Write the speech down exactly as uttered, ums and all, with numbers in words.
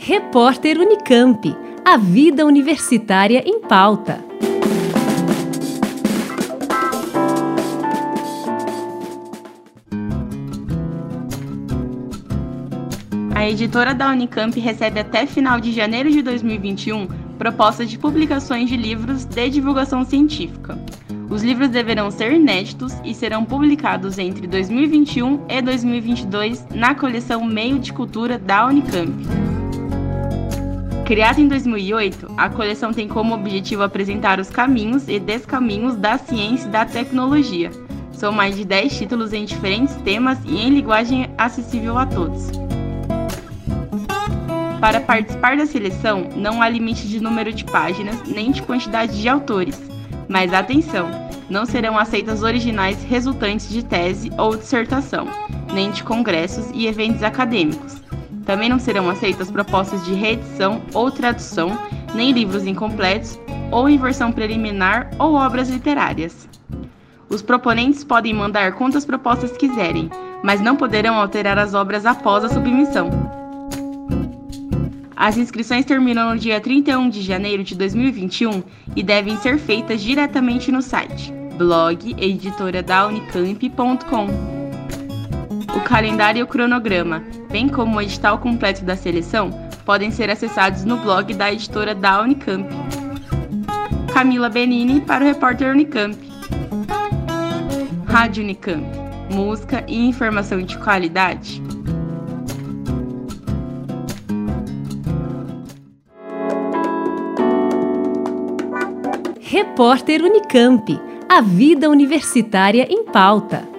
Repórter Unicamp. A vida universitária em pauta. A editora da Unicamp recebe até final de janeiro de dois mil e vinte e um propostas de publicações de livros de divulgação científica. Os livros deverão ser inéditos e serão publicados entre dois mil e vinte e um e dois mil e vinte e dois na coleção Meio de Cultura da Unicamp. Criada em dois mil e oito, a coleção tem como objetivo apresentar os caminhos e descaminhos da ciência e da tecnologia. São mais de dez títulos em diferentes temas e em linguagem acessível a todos. Para participar da seleção, não há limite de número de páginas nem de quantidade de autores. Mas atenção, não serão aceitas originais resultantes de tese ou dissertação, nem de congressos e eventos acadêmicos. Também não serão aceitas propostas de reedição ou tradução, nem livros incompletos ou em versão preliminar ou obras literárias. Os proponentes podem mandar quantas propostas quiserem, mas não poderão alterar as obras após a submissão. As inscrições terminam no dia trinta e um de janeiro de dois mil e vinte e um e devem ser feitas diretamente no site blog editora da unicamp ponto com. O calendário e o cronograma, bem como o edital completo da seleção, podem ser acessados no blog da editora da Unicamp. Camila Benini para o Repórter Unicamp. Rádio Unicamp. Música e informação de qualidade. Repórter Unicamp. A vida universitária em pauta.